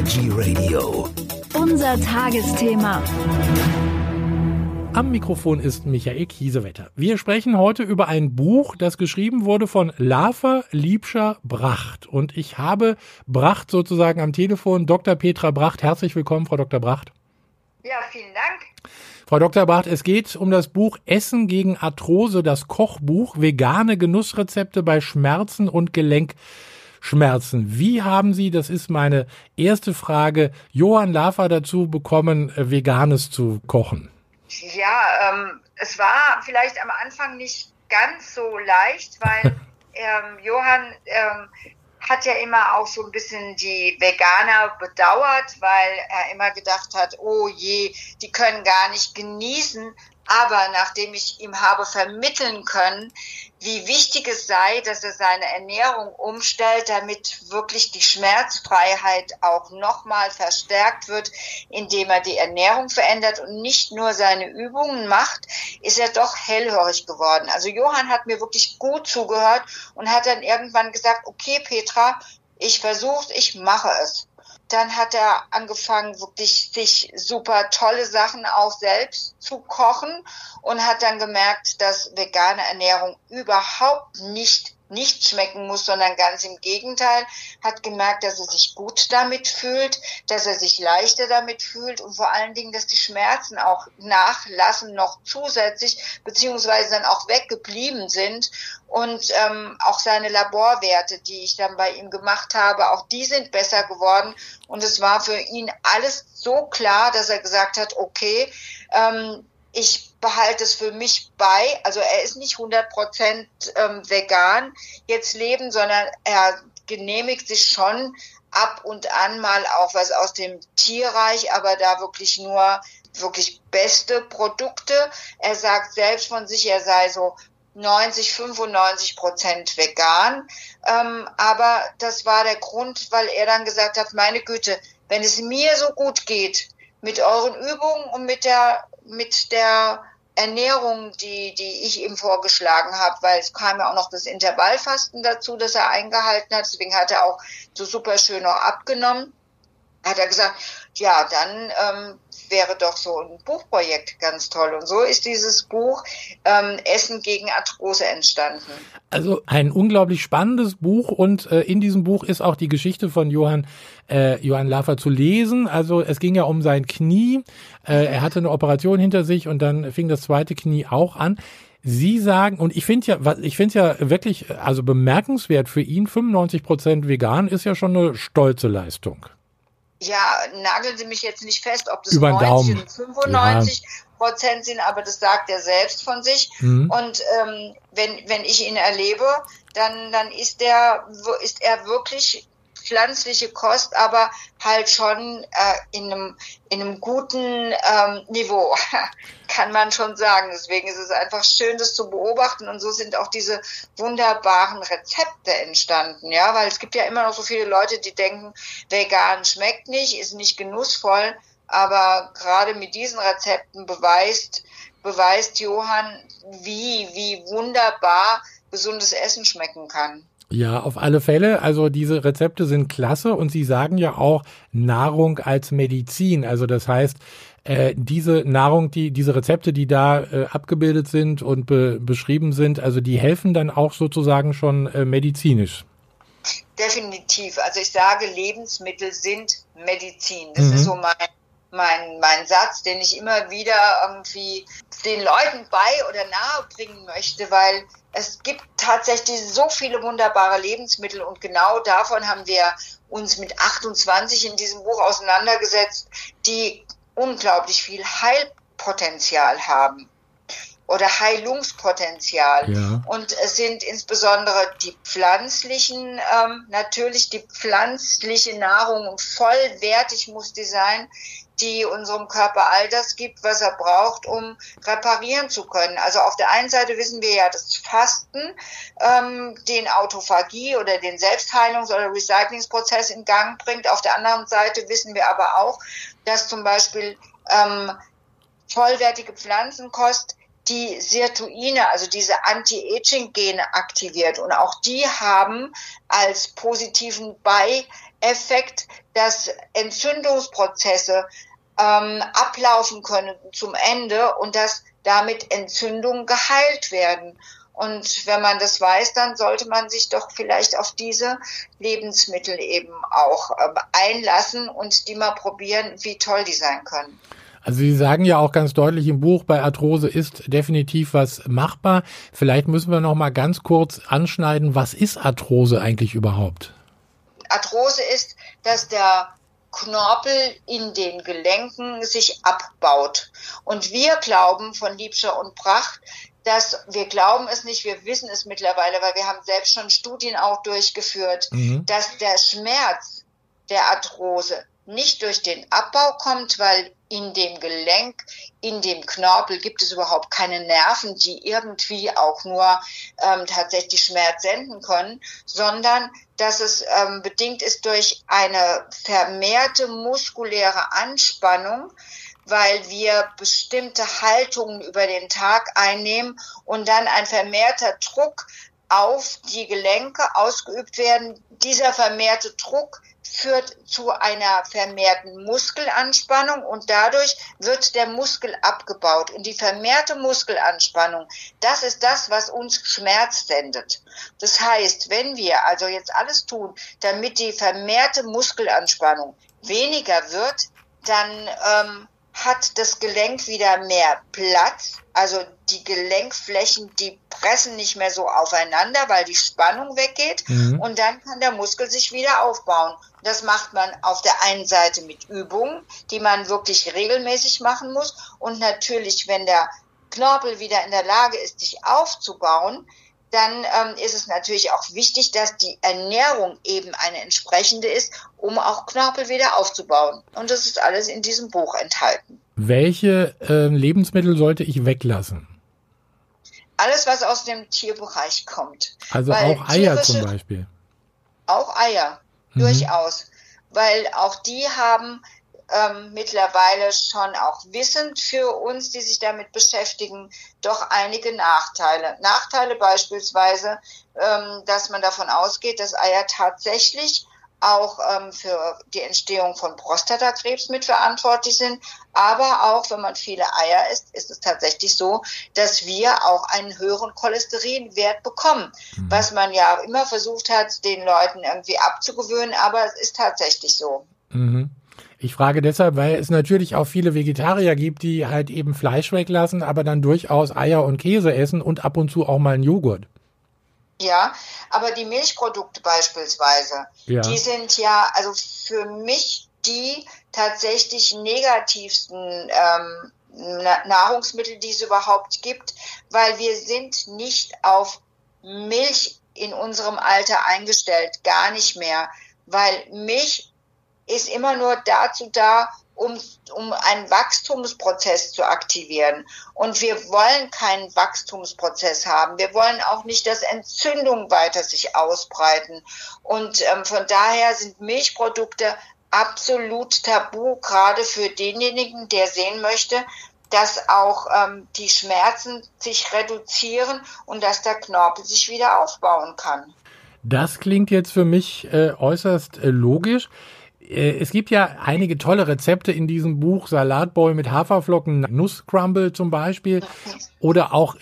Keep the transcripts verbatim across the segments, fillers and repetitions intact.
Energy Radio. Unser Tagesthema. Am Mikrofon ist Michael Kiesewetter. Wir sprechen heute über ein Buch, das geschrieben wurde von Lafer Liebscher-Bracht. Und ich habe Bracht sozusagen am Telefon, Doktor Petra Bracht. Herzlich willkommen, Frau Doktor Bracht. Ja, vielen Dank. Frau Doktor Bracht, es geht um das Buch Essen gegen Arthrose, das Kochbuch, vegane Genussrezepte bei Schmerzen und Gelenkschmerzen. Wie haben Sie, das ist meine erste Frage, Johann Lafer dazu bekommen, Veganes zu kochen? Ja, ähm, es war vielleicht am Anfang nicht ganz so leicht, weil ähm, Johann ähm, hat ja immer auch so ein bisschen die Veganer bedauert, weil er immer gedacht hat, oh je, die können gar nicht genießen. Aber nachdem ich ihm habe vermitteln können, wie wichtig es sei, dass er seine Ernährung umstellt, damit wirklich die Schmerzfreiheit auch nochmal verstärkt wird, indem er die Ernährung verändert und nicht nur seine Übungen macht, ist er doch hellhörig geworden. Also Johann hat mir wirklich gut zugehört und hat dann irgendwann gesagt, okay Petra, ich versuch's, ich mache es. Dann hat er angefangen, wirklich sich super tolle Sachen auch selbst zu kochen und hat dann gemerkt, dass vegane Ernährung überhaupt nicht nicht schmecken muss, sondern ganz im Gegenteil, hat gemerkt, dass er sich gut damit fühlt, dass er sich leichter damit fühlt und vor allen Dingen, dass die Schmerzen auch nachlassen noch zusätzlich, beziehungsweise dann auch weggeblieben sind und ähm, auch seine Laborwerte, die ich dann bei ihm gemacht habe, auch die sind besser geworden und es war für ihn alles so klar, dass er gesagt hat, okay, ähm, ich behalte es für mich bei, also er ist nicht hundert Prozent ähm, vegan jetzt leben, sondern er genehmigt sich schon ab und an mal auch was aus dem Tierreich, aber da wirklich nur wirklich beste Produkte. Er sagt selbst von sich, er sei so neunzig, fünfundneunzig Prozent vegan, ähm, aber das war der Grund, weil er dann gesagt hat, meine Güte, wenn es mir so gut geht, mit euren Übungen und mit der mit der Ernährung, die die ich ihm vorgeschlagen habe, weil es kam ja auch noch das Intervallfasten dazu, das er eingehalten hat, deswegen hat er auch so super schön noch abgenommen, hat er gesagt, ja, dann ähm, wäre doch so ein Buchprojekt ganz toll. Und so ist dieses Buch ähm, Essen gegen Arthrose entstanden. Also ein unglaublich spannendes Buch und äh, in diesem Buch ist auch die Geschichte von Johann äh, Johann Lafer zu lesen. Also es ging ja um sein Knie. Äh, er hatte eine Operation hinter sich und dann fing das zweite Knie auch an. Sie sagen, und ich finde ja, ich finde ja wirklich, also bemerkenswert für ihn, fünfundneunzig Prozent vegan ist ja schon eine stolze Leistung. Ja, nageln Sie mich jetzt nicht fest, ob das Über neunzig und fünfundneunzig Prozent sind, aber das sagt er selbst von sich. Mhm. Und ähm, wenn wenn ich ihn erlebe, dann dann ist der ist er wirklich pflanzliche Kost, aber halt schon äh, in einem in einem guten ähm, Niveau, kann man schon sagen. Deswegen ist es einfach schön, das zu beobachten und so sind auch diese wunderbaren Rezepte entstanden, ja, weil es gibt ja immer noch so viele Leute, die denken, vegan schmeckt nicht, ist nicht genussvoll, aber gerade mit diesen Rezepten beweist beweist Johann, wie wie wunderbar gesundes Essen schmecken kann. Ja, auf alle Fälle. Also diese Rezepte sind klasse und Sie sagen ja auch Nahrung als Medizin. Also das heißt, äh, diese Nahrung, die diese Rezepte, die da äh, abgebildet sind und be- beschrieben sind, also die helfen dann auch sozusagen schon äh, medizinisch. Definitiv. Also ich sage, Lebensmittel sind Medizin. Das Mhm. ist so mein Mein, mein Satz, den ich immer wieder irgendwie den Leuten bei oder nahe bringen möchte, weil es gibt tatsächlich so viele wunderbare Lebensmittel und genau davon haben wir uns mit achtundzwanzig in diesem Buch auseinandergesetzt, die unglaublich viel Heilpotenzial haben oder Heilungspotenzial. Ja. Und es sind insbesondere die pflanzlichen, ähm, natürlich die pflanzliche Nahrung und vollwertig muss die sein, die unserem Körper all das gibt, was er braucht, um reparieren zu können. Also auf der einen Seite wissen wir ja, dass Fasten ähm, den Autophagie oder den Selbstheilungs- oder Recyclingsprozess in Gang bringt. Auf der anderen Seite wissen wir aber auch, dass zum Beispiel ähm, vollwertige Pflanzenkost die Sirtuine, also diese Anti-Aging-Gene aktiviert. Und auch die haben als positiven Beieffekt dass Entzündungsprozesse ähm, ablaufen können zum Ende und dass damit Entzündungen geheilt werden. Und wenn man das weiß, dann sollte man sich doch vielleicht auf diese Lebensmittel eben auch äh, einlassen und die mal probieren, wie toll die sein können. Also Sie sagen ja auch ganz deutlich im Buch, bei Arthrose ist definitiv was machbar. Vielleicht müssen wir noch mal ganz kurz anschneiden, was ist Arthrose eigentlich überhaupt? Arthrose ist, dass der Knorpel in den Gelenken sich abbaut. Und wir glauben von Liebscher und Bracht, dass wir glauben es nicht, wir wissen es mittlerweile, weil wir haben selbst schon Studien auch durchgeführt, mhm. dass der Schmerz der Arthrose nicht durch den Abbau kommt, weil in dem Gelenk, in dem Knorpel gibt es überhaupt keine Nerven, die irgendwie auch nur ähm, tatsächlich Schmerz senden können, sondern dass es ähm, bedingt ist durch eine vermehrte muskuläre Anspannung, weil wir bestimmte Haltungen über den Tag einnehmen und dann ein vermehrter Druck auf die Gelenke ausgeübt werden. Dieser vermehrte Druck führt zu einer vermehrten Muskelanspannung und dadurch wird der Muskel abgebaut. Und die vermehrte Muskelanspannung, das ist das, was uns Schmerz sendet. Das heißt, wenn wir also jetzt alles tun, damit die vermehrte Muskelanspannung weniger wird, dann ähm, hat das Gelenk wieder mehr Platz. Also die Gelenkflächen, die pressen nicht mehr so aufeinander, weil die Spannung weggeht. Mhm. Und dann kann der Muskel sich wieder aufbauen. Das macht man auf der einen Seite mit Übungen, die man wirklich regelmäßig machen muss. Und natürlich, wenn der Knorpel wieder in der Lage ist, sich aufzubauen, dann ähm, ist es natürlich auch wichtig, dass die Ernährung eben eine entsprechende ist, um auch Knorpel wieder aufzubauen. Und das ist alles in diesem Buch enthalten. Welche äh, Lebensmittel sollte ich weglassen? Alles, was aus dem Tierbereich kommt. Also weil auch Eier tierische, zum Beispiel? Auch Eier, mhm. durchaus. Weil auch die haben ähm, mittlerweile schon auch wissend für uns, die sich damit beschäftigen, doch einige Nachteile. Nachteile beispielsweise, ähm, dass man davon ausgeht, dass Eier tatsächlich auch ähm, für die Entstehung von Prostatakrebs mitverantwortlich sind. Aber auch, wenn man viele Eier isst, ist es tatsächlich so, dass wir auch einen höheren Cholesterinwert bekommen. Mhm. Was man ja immer versucht hat, den Leuten irgendwie abzugewöhnen, aber es ist tatsächlich so. Mhm. Ich frage deshalb, weil es natürlich auch viele Vegetarier gibt, die halt eben Fleisch weglassen, aber dann durchaus Eier und Käse essen und ab und zu auch mal einen Joghurt. Ja, aber die Milchprodukte beispielsweise, ja. die sind ja, also für mich die tatsächlich negativsten ähm, Nahrungsmittel, die es überhaupt gibt, weil wir sind nicht auf Milch in unserem Alter eingestellt, gar nicht mehr, weil Milch ist immer nur dazu da, um, um einen Wachstumsprozess zu aktivieren. Und wir wollen keinen Wachstumsprozess haben. Wir wollen auch nicht, dass Entzündungen weiter sich ausbreiten. Und ähm, von daher sind Milchprodukte absolut tabu, gerade für denjenigen, der sehen möchte, dass auch ähm, die Schmerzen sich reduzieren und dass der Knorpel sich wieder aufbauen kann. Das klingt jetzt für mich äh, äußerst äh, logisch. Es gibt ja einige tolle Rezepte in diesem Buch, Salatbowl mit Haferflocken, Nusscrumble zum Beispiel oder auch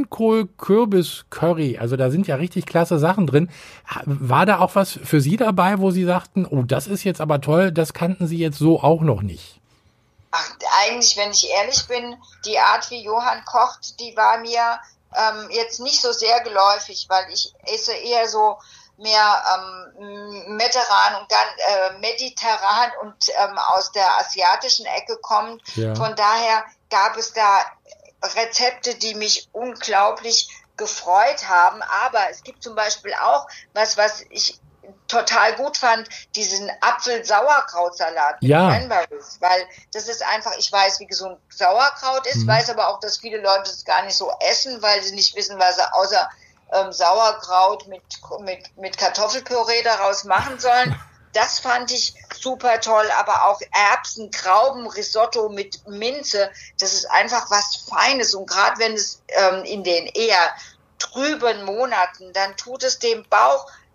Grünkohl-Kürbis-Curry. Also da sind ja richtig klasse Sachen drin. War da auch was für Sie dabei, wo Sie sagten, oh, das ist jetzt aber toll, das kannten Sie jetzt so auch noch nicht? Ach, eigentlich, wenn ich ehrlich bin, die Art, wie Johann kocht, die war mir ähm, jetzt nicht so sehr geläufig, weil ich esse eher so mehr ähm, mediterran und dann äh, mediterran und ähm, aus der asiatischen Ecke kommt. Ja. Von daher gab es da Rezepte, die mich unglaublich gefreut haben. Aber es gibt zum Beispiel auch was, was ich total gut fand, diesen Apfel-Sauerkrautsalat mit ja. Cranberries, weil das ist einfach, ich weiß, wie gesund Sauerkraut ist, mhm. weiß aber auch, dass viele Leute es gar nicht so essen, weil sie nicht wissen, was sie außer Ähm, Sauerkraut mit, mit, mit Kartoffelpüree daraus machen sollen. Das fand ich super toll, aber auch Erbsen, Grauben, Risotto mit Minze, das ist einfach was Feines und gerade wenn es ähm, in den eher trüben Monaten, dann tut es dem Bauch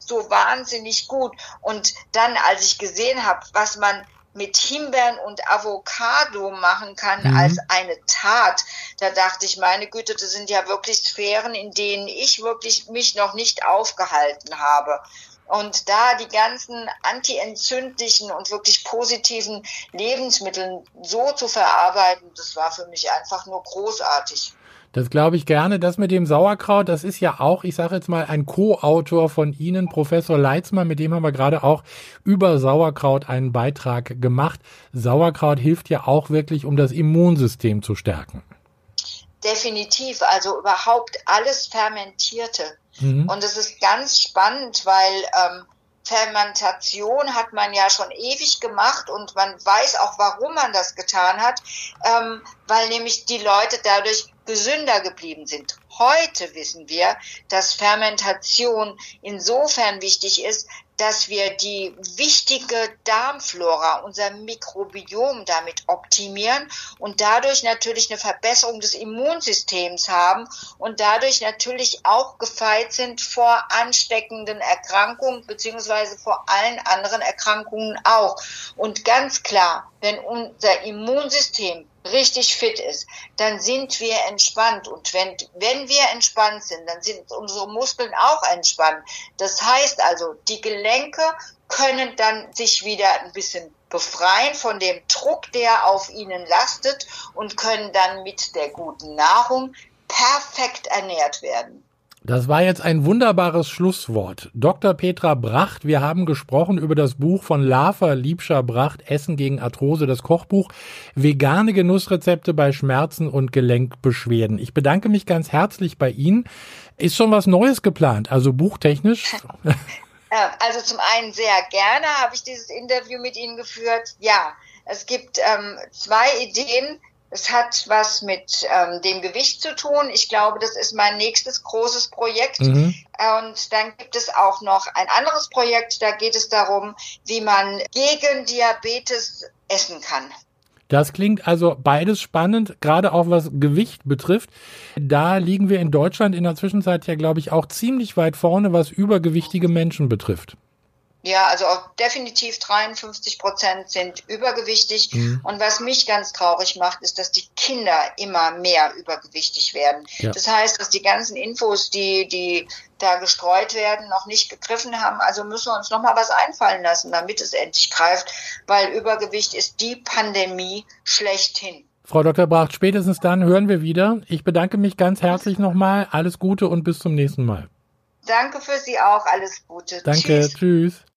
so wahnsinnig gut. Und dann, als ich gesehen habe, was man mit Himbeeren und Avocado machen kann mhm. als eine Tat, da dachte ich, meine Güte, das sind ja wirklich Sphären, in denen ich wirklich mich noch nicht aufgehalten habe. Und da die ganzen antientzündlichen und wirklich positiven Lebensmittel so zu verarbeiten, das war für mich einfach nur großartig. Das glaube ich gerne. Das mit dem Sauerkraut, das ist ja auch, ich sage jetzt mal, ein Co-Autor von Ihnen, Professor Leitzmann, mit dem haben wir gerade auch über Sauerkraut einen Beitrag gemacht. Sauerkraut hilft ja auch wirklich, um das Immunsystem zu stärken. Definitiv, also überhaupt alles Fermentierte. Mhm. Und es ist ganz spannend, weil ähm, Fermentation hat man ja schon ewig gemacht und man weiß auch, warum man das getan hat, ähm, weil nämlich die Leute dadurch gesünder geblieben sind. Heute wissen wir, dass Fermentation insofern wichtig ist, dass wir die wichtige Darmflora, unser Mikrobiom damit optimieren und dadurch natürlich eine Verbesserung des Immunsystems haben und dadurch natürlich auch gefeit sind vor ansteckenden Erkrankungen beziehungsweise vor allen anderen Erkrankungen auch. Und ganz klar, wenn unser Immunsystem richtig fit ist, dann sind wir entspannt. Und wenn, wenn wir entspannt sind, dann sind unsere Muskeln auch entspannt. Das heißt also, die Gelenke können dann sich wieder ein bisschen befreien von dem Druck, der auf ihnen lastet und können dann mit der guten Nahrung perfekt ernährt werden. Das war jetzt ein wunderbares Schlusswort. Doktor Petra Bracht, wir haben gesprochen über das Buch von Lafer Liebscher-Bracht, Essen gegen Arthrose, das Kochbuch, vegane Genussrezepte bei Schmerzen und Gelenkbeschwerden. Ich bedanke mich ganz herzlich bei Ihnen. Ist schon was Neues geplant, also buchtechnisch? Also zum einen sehr gerne habe ich dieses Interview mit Ihnen geführt. Ja, es gibt ähm, zwei Ideen. Es hat was mit ähm, dem Gewicht zu tun. Ich glaube, das ist mein nächstes großes Projekt. Mhm. Und dann gibt es auch noch ein anderes Projekt. Da geht es darum, wie man gegen Diabetes essen kann. Das klingt also beides spannend, gerade auch was Gewicht betrifft. Da liegen wir in Deutschland in der Zwischenzeit ja, glaube ich, auch ziemlich weit vorne, was übergewichtige Menschen betrifft. Ja, also auch definitiv dreiundfünfzig Prozent sind übergewichtig. Mhm. Und was mich ganz traurig macht, ist, dass die Kinder immer mehr übergewichtig werden. Ja. Das heißt, dass die ganzen Infos, die, die da gestreut werden, noch nicht gegriffen haben. Also müssen wir uns noch mal was einfallen lassen, damit es endlich greift, weil Übergewicht ist die Pandemie schlechthin. Frau Doktor Bracht, spätestens dann hören wir wieder. Ich bedanke mich ganz herzlich nochmal. Alles Gute und bis zum nächsten Mal. Danke für Sie auch. Alles Gute. Danke. Tschüss. Tschüss.